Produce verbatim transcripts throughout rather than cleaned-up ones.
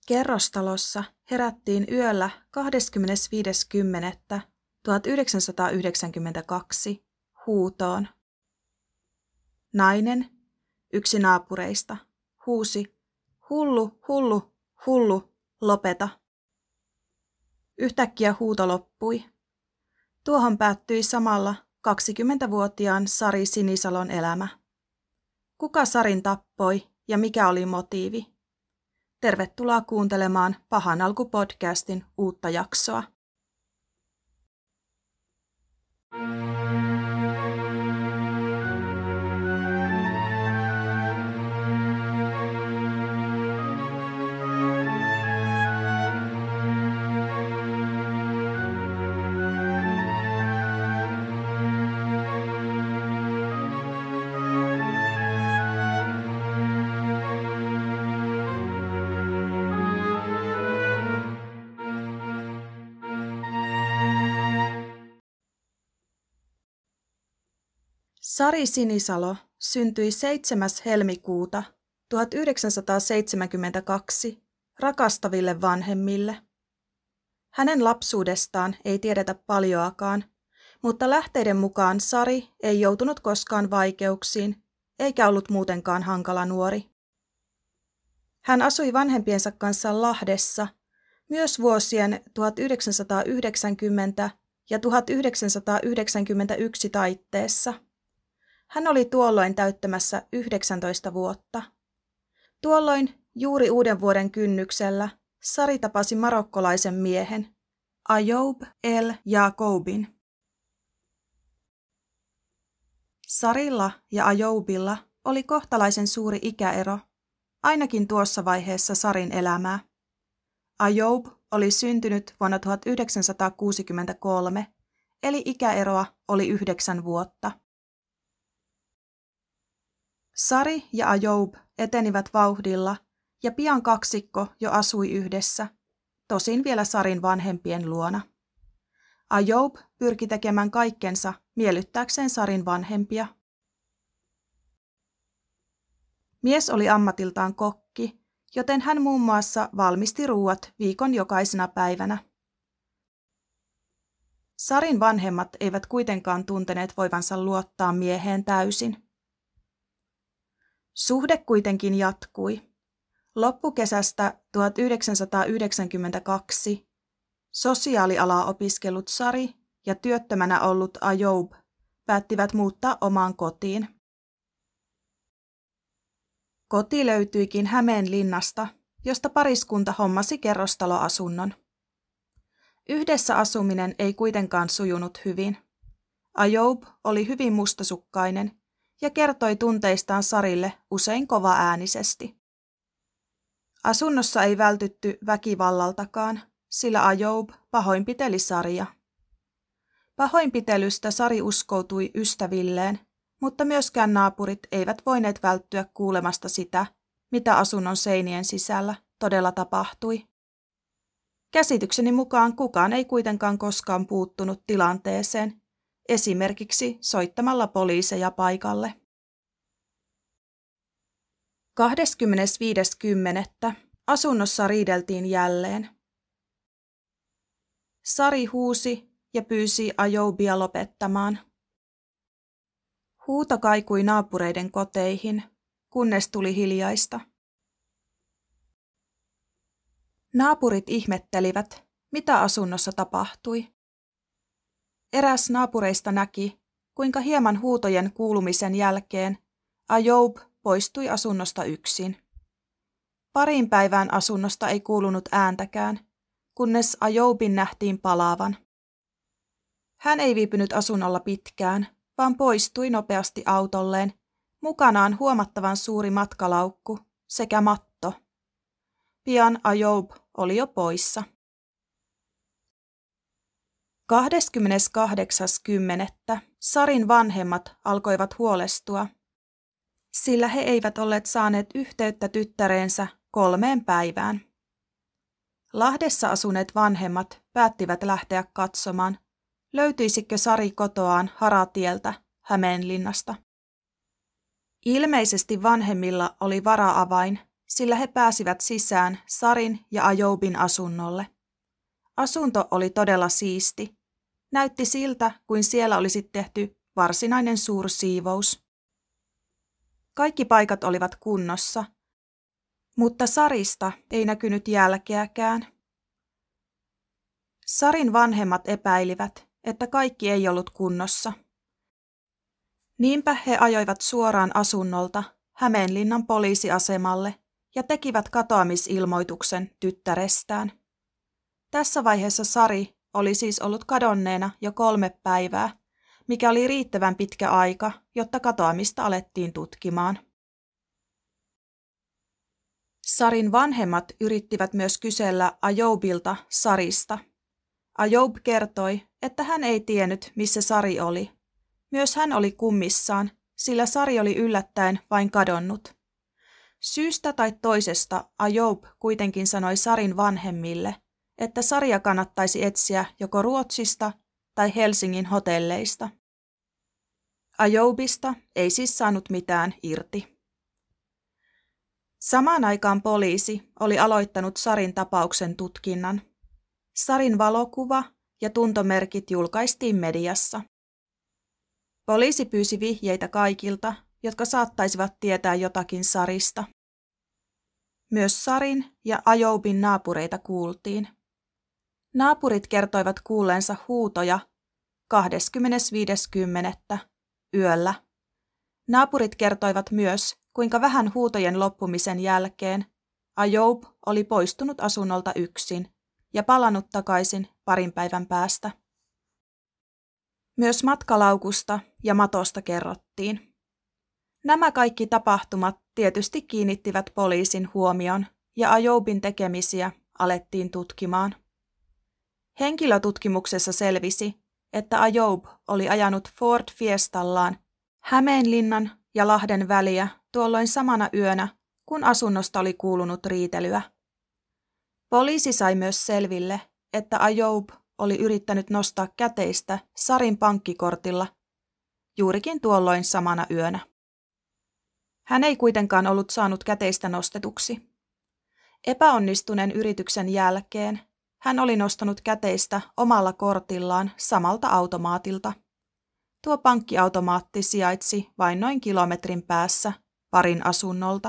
Kerrostalossa herättiin yöllä kahdeskymmenesviides kymmenettä tuhatyhdeksänsataayhdeksänkymmentäkaksi huutoon. Nainen, yksi naapureista, huusi, hullu, hullu, hullu, lopeta. Yhtäkkiä huuto loppui. Tuohon päättyi samalla kaksikymmentävuotiaan Sari Sinisalon elämä. Kuka Sarin tappoi ja mikä oli motiivi? Tervetuloa kuuntelemaan Pahan alku podcastin uutta jaksoa. Sari Sinisalo syntyi seitsemäs helmikuuta tuhatyhdeksänsataaseitsemänkymmentäkaksi rakastaville vanhemmille. Hänen lapsuudestaan ei tiedetä paljoakaan, mutta lähteiden mukaan Sari ei joutunut koskaan vaikeuksiin eikä ollut muutenkaan hankala nuori. Hän asui vanhempiensa kanssa Lahdessa myös vuosien tuhatyhdeksänsataayhdeksänkymmentä ja tuhatyhdeksänsataayhdeksänkymmentäyksi taitteessa. Hän oli tuolloin täyttämässä yhdeksäntoista vuotta. Tuolloin juuri uuden vuoden kynnyksellä Sari tapasi marokkolaisen miehen, Ayoub El Yacoubin. Sarilla ja Ayoubilla oli kohtalaisen suuri ikäero, ainakin tuossa vaiheessa Sarin elämää. Ayoub oli syntynyt vuonna tuhatyhdeksänsataakuusikymmentäkolme, eli ikäeroa oli yhdeksän vuotta. Sari ja Ayoub etenivät vauhdilla ja pian kaksikko jo asui yhdessä, tosin vielä Sarin vanhempien luona. Ayoub pyrki tekemään kaikkensa miellyttääkseen Sarin vanhempia. Mies oli ammatiltaan kokki, joten hän muun muassa valmisti ruuat viikon jokaisena päivänä. Sarin vanhemmat eivät kuitenkaan tunteneet voivansa luottaa mieheen täysin. Suhde kuitenkin jatkui. Loppukesästä tuhatyhdeksänsataayhdeksänkymmentäkaksi sosiaalialaa opiskellut Sari ja työttömänä ollut Ayoub päättivät muuttaa omaan kotiin. Koti löytyikin Hämeenlinnasta, josta pariskunta hommasi kerrostaloasunnon. Yhdessä asuminen ei kuitenkaan sujunut hyvin. Ayoub oli hyvin mustasukkainen ja kertoi tunteistaan Sarille usein kovaäänisesti. Asunnossa ei vältytty väkivallaltakaan, sillä Ayoub pahoinpiteli Saria. Pahoinpitelystä Sari uskoutui ystävilleen, mutta myöskään naapurit eivät voineet välttyä kuulemasta sitä, mitä asunnon seinien sisällä todella tapahtui. Käsitykseni mukaan kukaan ei kuitenkaan koskaan puuttunut tilanteeseen, esimerkiksi soittamalla poliiseja paikalle. kahdeskymmenesviides kymmenettä asunnossa riideltiin jälleen. Sari huusi ja pyysi Ayoubia lopettamaan. Huuto kaikui naapureiden koteihin, kunnes tuli hiljaista. Naapurit ihmettelivät, mitä asunnossa tapahtui. Eräs naapureista näki, kuinka hieman huutojen kuulumisen jälkeen Ayoub poistui asunnosta yksin. Parin päivään asunnosta ei kuulunut ääntäkään, kunnes Ayoubin nähtiin palaavan. Hän ei viipynyt asunnolla pitkään, vaan poistui nopeasti autolleen, mukanaan huomattavan suuri matkalaukku sekä matto. Pian Ayoub oli jo poissa. kahdeskymmeneskahdeksas kymmenettä Sarin vanhemmat alkoivat huolestua, sillä he eivät olleet saaneet yhteyttä tyttäreensä kolmeen päivään. Lahdessa asuneet vanhemmat päättivät lähteä katsomaan, löytyisikö Sari kotoaan Haratieltä Hämeenlinnasta. Ilmeisesti vanhemmilla oli vara-avain, sillä he pääsivät sisään Sarin ja Ayoubin asunnolle. Asunto oli todella siisti. Näytti siltä, kuin siellä olisi tehty varsinainen suursiivous. Kaikki paikat olivat kunnossa, mutta Sarista ei näkynyt jälkeäkään. Sarin vanhemmat epäilivät, että kaikki ei ollut kunnossa. Niinpä he ajoivat suoraan asunnolta Hämeenlinnan poliisiasemalle ja tekivät katoamisilmoituksen tyttärestään. Tässä vaiheessa Sari oli siis ollut kadonneena jo kolme päivää, mikä oli riittävän pitkä aika, jotta katoamista alettiin tutkimaan. Sarin vanhemmat yrittivät myös kysellä Ayoubilta Sarista. Ayoub kertoi, että hän ei tiennyt, missä Sari oli. Myös hän oli kummissaan, sillä Sari oli yllättäen vain kadonnut. Syystä tai toisesta Ayoub kuitenkin sanoi Sarin vanhemmille, että Saria kannattaisi etsiä joko Ruotsista tai Helsingin hotelleista. Ayoubista ei siis saanut mitään irti. Samaan aikaan poliisi oli aloittanut Sarin tapauksen tutkinnan. Sarin valokuva ja tuntomerkit julkaistiin mediassa. Poliisi pyysi vihjeitä kaikilta, jotka saattaisivat tietää jotakin Sarista. Myös Sarin ja Ayoubin naapureita kuultiin. Naapurit kertoivat kuulleensa huutoja kahdeskymmenesviides kymmenettä yöllä. Naapurit kertoivat myös, kuinka vähän huutojen loppumisen jälkeen Ayoub oli poistunut asunnolta yksin ja palannut takaisin parin päivän päästä. Myös matkalaukusta ja matosta kerrottiin. Nämä kaikki tapahtumat tietysti kiinnittivät poliisin huomion ja Ayoubin tekemisiä alettiin tutkimaan. Henkilötutkimuksessa selvisi, että Ayoub oli ajanut Ford Fiestallaan Hämeenlinnan ja Lahden väliä tuolloin samana yönä, kun asunnosta oli kuulunut riitelyä. Poliisi sai myös selville, että Ayoub oli yrittänyt nostaa käteistä Sarin pankkikortilla juurikin tuolloin samana yönä. Hän ei kuitenkaan ollut saanut käteistä nostetuksi. Epäonnistuneen yrityksen jälkeen hän oli nostanut käteistä omalla kortillaan samalta automaatilta. Tuo pankkiautomaatti sijaitsi vain noin kilometrin päässä parin asunnolta.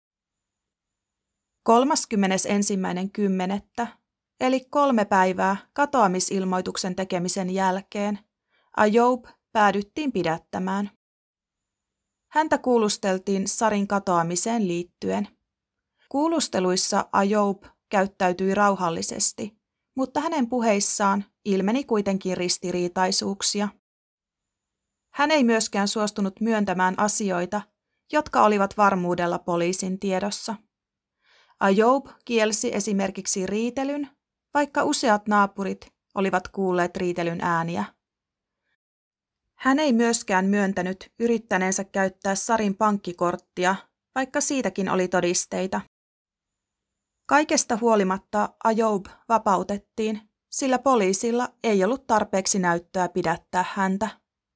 kolmaskymmenesensimmäinen kymmenettä eli kolme päivää katoamisilmoituksen tekemisen jälkeen Ayoub päädyttiin pidättämään. Häntä kuulusteltiin Sarin katoamiseen liittyen. Kuulusteluissa Ayoub käyttäytyi rauhallisesti, mutta hänen puheissaan ilmeni kuitenkin ristiriitaisuuksia. Hän ei myöskään suostunut myöntämään asioita, jotka olivat varmuudella poliisin tiedossa. Ayoub kielsi esimerkiksi riitelyn, vaikka useat naapurit olivat kuulleet riitelyn ääniä. Hän ei myöskään myöntänyt yrittäneensä käyttää Sarin pankkikorttia, vaikka siitäkin oli todisteita. Kaikesta huolimatta Ayoub vapautettiin, sillä poliisilla ei ollut tarpeeksi näyttöä pidättää häntä.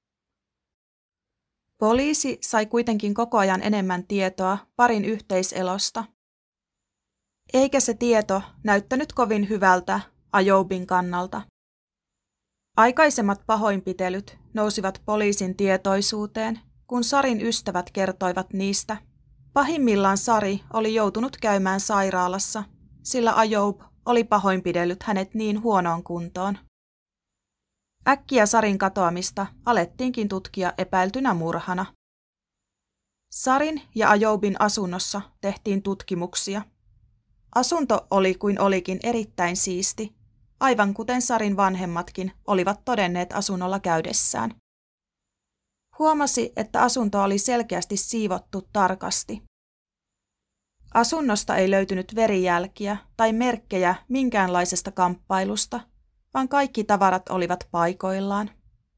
Poliisi sai kuitenkin koko ajan enemmän tietoa parin yhteiselosta. Eikä se tieto näyttänyt kovin hyvältä Ayoubin kannalta. Aikaisemmat pahoinpitelyt nousivat poliisin tietoisuuteen, kun Sarin ystävät kertoivat niistä. Pahimmillaan Sari oli joutunut käymään sairaalassa, sillä Ayoub oli pahoinpidellyt hänet niin huonoon kuntoon. Äkkiä Sarin katoamista alettiinkin tutkia epäiltynä murhana. Sarin ja Ayoubin asunnossa tehtiin tutkimuksia. Asunto oli kuin olikin erittäin siisti, aivan kuten Sarin vanhemmatkin olivat todenneet asunnolla käydessään. Huomasi, että asunto oli selkeästi siivottu tarkasti. Asunnosta ei löytynyt verijälkiä tai merkkejä minkäänlaisesta kamppailusta, vaan kaikki tavarat olivat paikoillaan.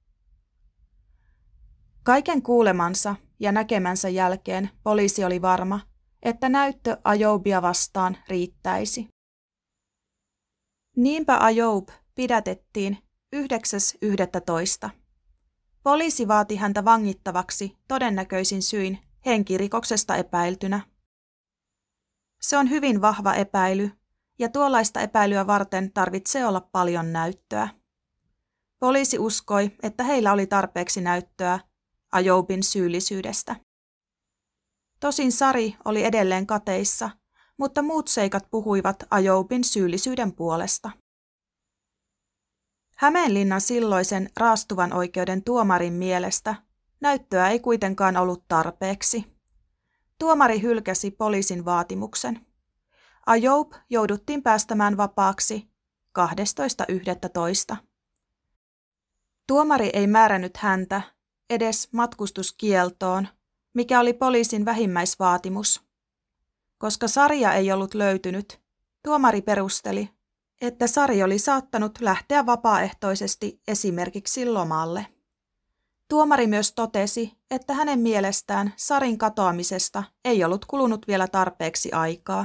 Kaiken kuulemansa ja näkemänsä jälkeen poliisi oli varma, että näyttö Ayoubia vastaan riittäisi. Niinpä Ayoub pidätettiin yhdeksäs yhdettätoista Poliisi vaati häntä vangittavaksi todennäköisin syin henkirikoksesta epäiltynä. Se on hyvin vahva epäily, ja tuollaista epäilyä varten tarvitsee olla paljon näyttöä. Poliisi uskoi, että heillä oli tarpeeksi näyttöä Ayoubin syyllisyydestä. Tosin Sari oli edelleen kateissa, mutta muut seikat puhuivat Ayoubin syyllisyyden puolesta. Hämeenlinnan silloisen raastuvan oikeuden tuomarin mielestä näyttöä ei kuitenkaan ollut tarpeeksi. Tuomari hylkäsi poliisin vaatimuksen. Ayoub jouduttiin päästämään vapaaksi kahdestoista yhdestoista. Tuomari ei määrännyt häntä edes matkustuskieltoon, mikä oli poliisin vähimmäisvaatimus. Koska Saria ei ollut löytynyt, tuomari perusteli, että Sari oli saattanut lähteä vapaaehtoisesti esimerkiksi lomalle. Tuomari myös totesi, että hänen mielestään Sarin katoamisesta ei ollut kulunut vielä tarpeeksi aikaa.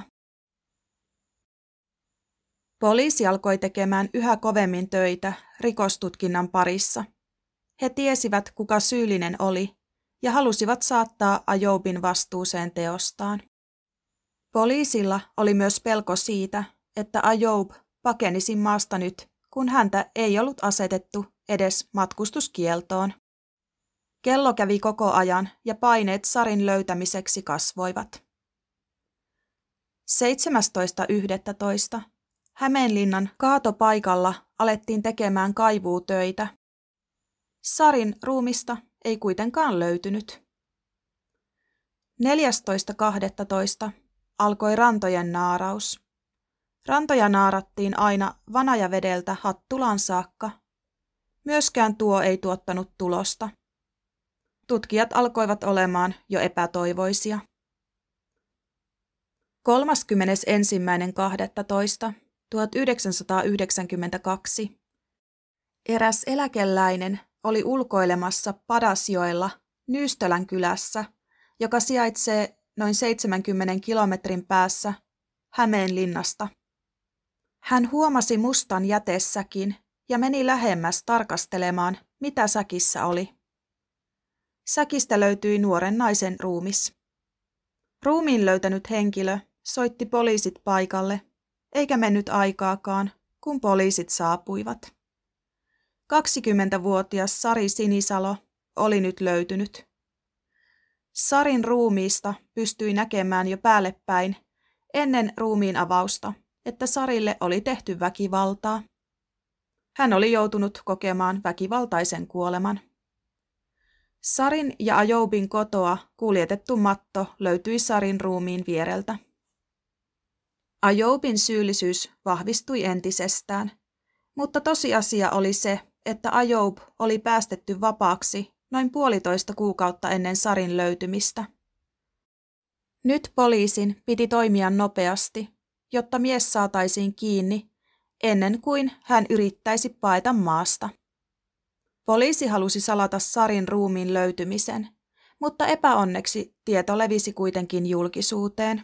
Poliisi alkoi tekemään yhä kovemmin töitä rikostutkinnan parissa. He tiesivät, kuka syyllinen oli, ja halusivat saattaa Ayoubin vastuuseen teostaan. Poliisilla oli myös pelko siitä, että Ayoub pakenisi maasta nyt, kun häntä ei ollut asetettu edes matkustuskieltoon. Kello kävi koko ajan ja paineet Sarin löytämiseksi kasvoivat. seitsemästoista yhdestoista Hämeenlinnan kaatopaikalla alettiin tekemään kaivuutöitä. Sarin ruumista ei kuitenkaan löytynyt. neljästoista kahdestoista alkoi rantojen naaraus. Rantoja naarattiin aina Vanajavedeltä Hattulaan saakka. Myöskään tuo ei tuottanut tulosta. Tutkijat alkoivat olemaan jo epätoivoisia. kolmaskymmenesensimmäinen kahdestoista tuhatyhdeksänsataayhdeksänkymmentäkaksi eräs eläkeläinen oli ulkoilemassa Padasjoella Nyystölän kylässä, joka sijaitsee noin seitsemänkymmenen kilometrin päässä Hämeenlinnasta. Hän huomasi mustan jätesäkin ja meni lähemmäs tarkastelemaan, mitä säkissä oli. Säkistä löytyi nuoren naisen ruumis. Ruumiin löytänyt henkilö soitti poliisit paikalle, eikä mennyt aikaakaan, kun poliisit saapuivat. kaksikymmentävuotias Sari Sinisalo oli nyt löytynyt. Sarin ruumiista pystyi näkemään jo päälle päin ennen ruumiin avausta, että Sarille oli tehty väkivaltaa. Hän oli joutunut kokemaan väkivaltaisen kuoleman. Sarin ja Ayoubin kotoa kuljetettu matto löytyi Sarin ruumiin viereltä. Ayoubin syyllisyys vahvistui entisestään, mutta tosiasia oli se, että Ayoub oli päästetty vapaaksi noin puolitoista kuukautta ennen Sarin löytymistä. Nyt poliisin piti toimia nopeasti, jotta mies saataisiin kiinni ennen kuin hän yrittäisi paeta maasta. Poliisi halusi salata Sarin ruumiin löytymisen, mutta epäonneksi tieto levisi kuitenkin julkisuuteen.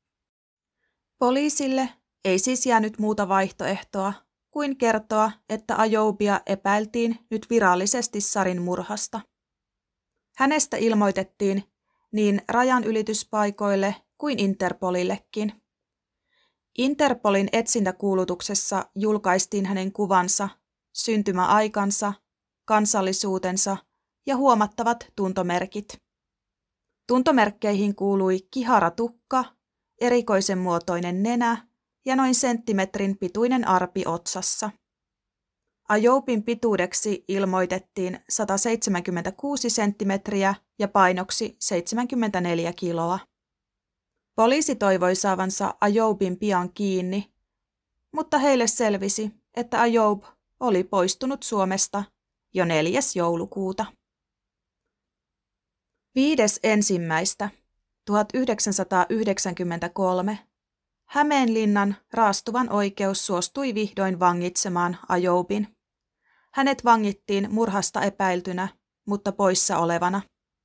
Poliisille ei siis jäänyt muuta vaihtoehtoa kuin kertoa, että Ayoubia epäiltiin nyt virallisesti Sarin murhasta. Hänestä ilmoitettiin niin rajanylityspaikoille kuin Interpolillekin. Interpolin etsintäkuulutuksessa julkaistiin hänen kuvansa, syntymäaikansa, kansallisuutensa ja huomattavat tuntomerkit. Tuntomerkkeihin kuului kihara tukka, erikoisen muotoinen nenä ja noin senttimetrin pituinen arpi otsassa. Ayoubin pituudeksi ilmoitettiin sata seitsemänkymmentäkuusi senttimetriä ja painoksi seitsemänkymmentäneljä kiloa. Poliisi toivoi saavansa Ayoubin pian kiinni, mutta heille selvisi, että Ayoub oli poistunut Suomesta jo neljäs joulukuuta. Viides ensimmäistä tuhatyhdeksänsataayhdeksänkymmentäkolme Hämeenlinnan raastuvan oikeus suostui vihdoin vangitsemaan Ayoubin. Hänet vangittiin murhasta epäiltynä, mutta poissa olevana.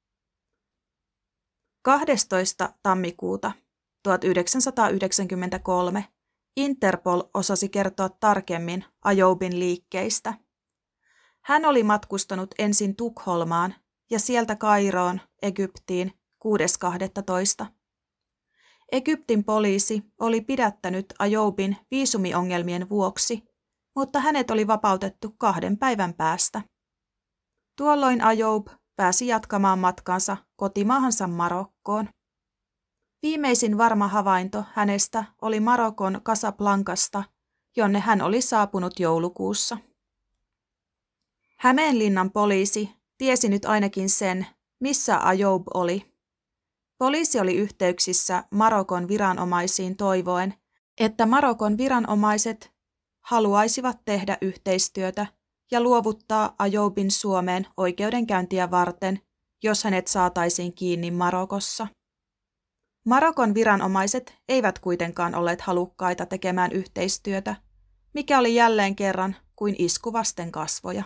kahdestoista tammikuuta tuhatyhdeksänsataayhdeksänkymmentäkolme Interpol osasi kertoa tarkemmin Ayoubin liikkeistä. Hän oli matkustanut ensin Tukholmaan ja sieltä Kairoon, Egyptiin, kuudes kahdestoista Egyptin poliisi oli pidättänyt Ayoubin viisumiongelmien vuoksi, mutta hänet oli vapautettu kahden päivän päästä. Tuolloin Ayoub pääsi jatkamaan matkaansa kotimaahansa Marokkoon. Viimeisin varma havainto hänestä oli Marokon Casablancasta, jonne hän oli saapunut joulukuussa. Hämeenlinnan poliisi tiesi nyt ainakin sen, missä Ayoub oli. Poliisi oli yhteyksissä Marokon viranomaisiin toivoen, että Marokon viranomaiset haluaisivat tehdä yhteistyötä ja luovuttaa Ayoubin Suomeen oikeudenkäyntiä varten, jos hänet saataisiin kiinni Marokossa. Marokon viranomaiset eivät kuitenkaan olleet halukkaita tekemään yhteistyötä, mikä oli jälleen kerran kuin isku vasten kasvoja.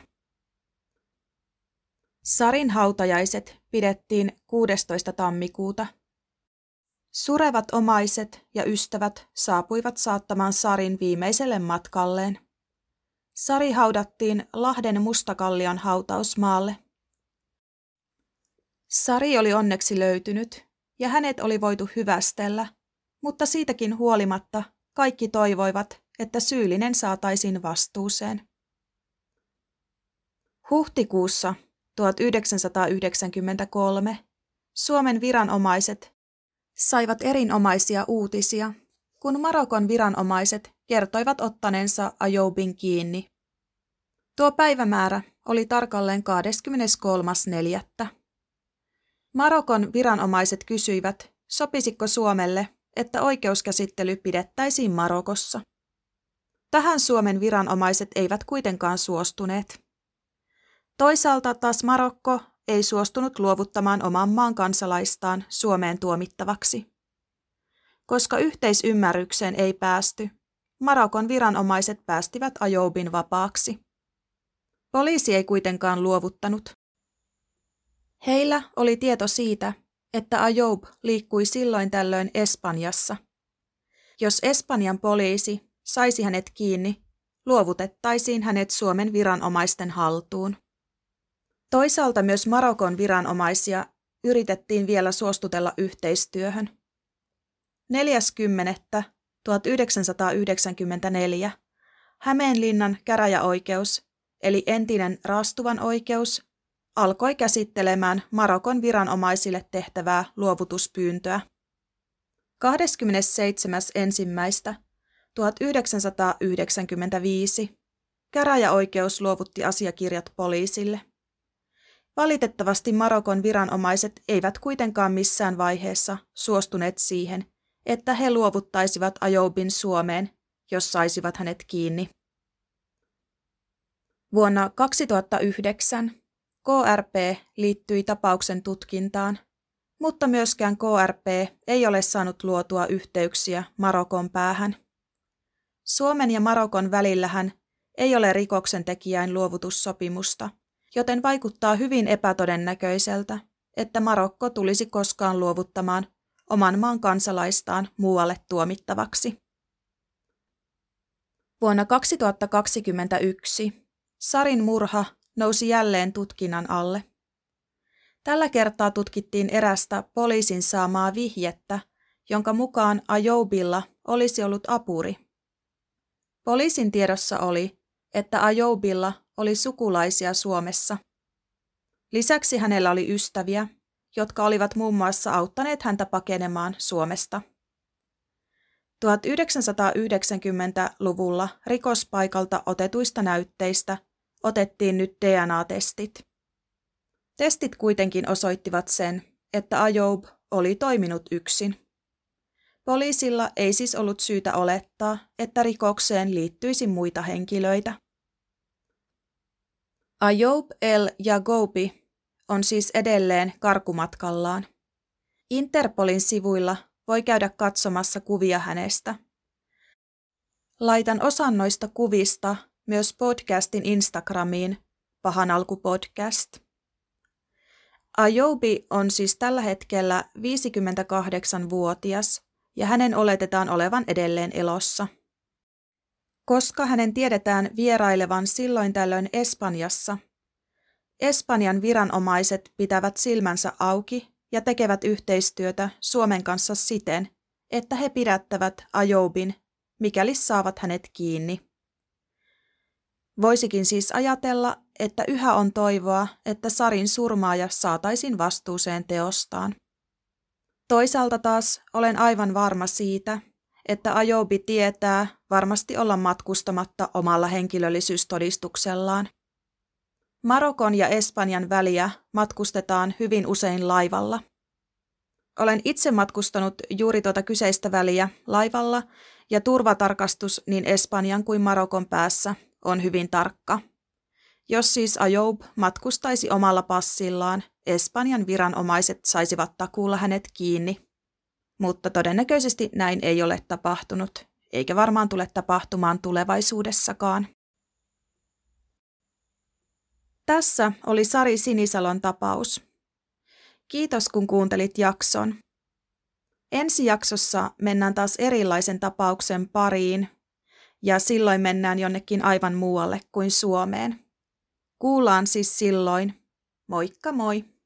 Sarin hautajaiset pidettiin kuudestoista tammikuuta. Surevat omaiset ja ystävät saapuivat saattamaan Sarin viimeiselle matkalleen. Sari haudattiin Lahden Mustakallion hautausmaalle. Sari oli onneksi löytynyt ja hänet oli voitu hyvästellä, mutta siitäkin huolimatta kaikki toivoivat, että syyllinen saataisiin vastuuseen. Huhtikuussa tuhatyhdeksänsataayhdeksänkymmentäkolme Suomen viranomaiset saivat erinomaisia uutisia, kun Marokon viranomaiset kertoivat ottaneensa Ayoubin kiinni. Tuo päivämäärä oli tarkalleen kahdeskymmeneskolmas neljättä Marokon viranomaiset kysyivät, sopisiko Suomelle, että oikeuskäsittely pidettäisiin Marokossa. Tähän Suomen viranomaiset eivät kuitenkaan suostuneet. Toisaalta taas Marokko ei suostunut luovuttamaan oman maan kansalaistaan Suomeen tuomittavaksi. Koska yhteisymmärrykseen ei päästy, Marokon viranomaiset päästivät Ayoubin vapaaksi. Poliisi ei kuitenkaan luovuttanut. Heillä oli tieto siitä, että Ayoub liikkui silloin tällöin Espanjassa. Jos Espanjan poliisi saisi hänet kiinni, luovutettaisiin hänet Suomen viranomaisten haltuun. Toisaalta myös Marokon viranomaisia yritettiin vielä suostutella yhteistyöhön. neljäs kymmenettä tuhatyhdeksänsataayhdeksänkymmentäneljä Hämeenlinnan käräjäoikeus, eli entinen Raastuvan oikeus, alkoi käsittelemään Marokon viranomaisille tehtävää luovutuspyyntöä. kahdeskymmenesseitsemäs ensimmäistä tuhatyhdeksänsataayhdeksänkymmentäviisi käräjäoikeus luovutti asiakirjat poliisille. Valitettavasti Marokon viranomaiset eivät kuitenkaan missään vaiheessa suostuneet siihen, että he luovuttaisivat Ayoubin Suomeen, jos saisivat hänet kiinni. Vuonna kaksituhattayhdeksän K R P liittyi tapauksen tutkintaan, mutta myöskään K R P ei ole saanut luotua yhteyksiä Marokon päähän. Suomen ja Marokon välillähän ei ole rikoksentekijäin luovutussopimusta, joten vaikuttaa hyvin epätodennäköiseltä, että Marokko tulisi koskaan luovuttamaan oman maan kansalaistaan muualle tuomittavaksi. Vuonna kaksituhattakaksikymmentäyksi Sarin murha nousi jälleen tutkinnan alle. Tällä kertaa tutkittiin erästä poliisin saamaa vihjettä, jonka mukaan Ayoubilla olisi ollut apuri. Poliisin tiedossa oli, että Ayoubilla oli sukulaisia Suomessa. Lisäksi hänellä oli ystäviä, jotka olivat muun muassa auttaneet häntä pakenemaan Suomesta. tuhatyhdeksänsataayhdeksänkymmentäluvulla rikospaikalta otetuista näytteistä otettiin nyt D N A-testit. Testit kuitenkin osoittivat sen, että Ayoub oli toiminut yksin. Poliisilla ei siis ollut syytä olettaa, että rikokseen liittyisi muita henkilöitä. Ayoub El Yagoubi on siis edelleen karkumatkallaan. Interpolin sivuilla voi käydä katsomassa kuvia hänestä. Laitan osan noista kuvista myös podcastin Instagramiin, Pahan alku podcast. Ayoubi on siis tällä hetkellä viisikymmentäkahdeksanvuotias ja hänen oletetaan olevan edelleen elossa. Koska hänen tiedetään vierailevan silloin tällöin Espanjassa, Espanjan viranomaiset pitävät silmänsä auki ja tekevät yhteistyötä Suomen kanssa siten, että he pidättävät Ajoubin, mikäli saavat hänet kiinni. Voisikin siis ajatella, että yhä on toivoa, että Sarin surmaaja saataisiin vastuuseen teostaan. Toisaalta taas olen aivan varma siitä, että Ajoubi tietää varmasti olla matkustamatta omalla henkilöllisyystodistuksellaan. Marokon ja Espanjan väliä matkustetaan hyvin usein laivalla. Olen itse matkustanut juuri tuota kyseistä väliä laivalla ja turvatarkastus niin Espanjan kuin Marokon päässä on hyvin tarkka. Jos siis Ajoub matkustaisi omalla passillaan, Espanjan viranomaiset saisivat takuulla hänet kiinni. Mutta todennäköisesti näin ei ole tapahtunut, eikä varmaan tule tapahtumaan tulevaisuudessakaan. Tässä oli Sari Sinisalon tapaus. Kiitos kun kuuntelit jakson. Ensi jaksossa mennään taas erilaisen tapauksen pariin, ja silloin mennään jonnekin aivan muualle kuin Suomeen. Kuullaan siis silloin. Moikka moi!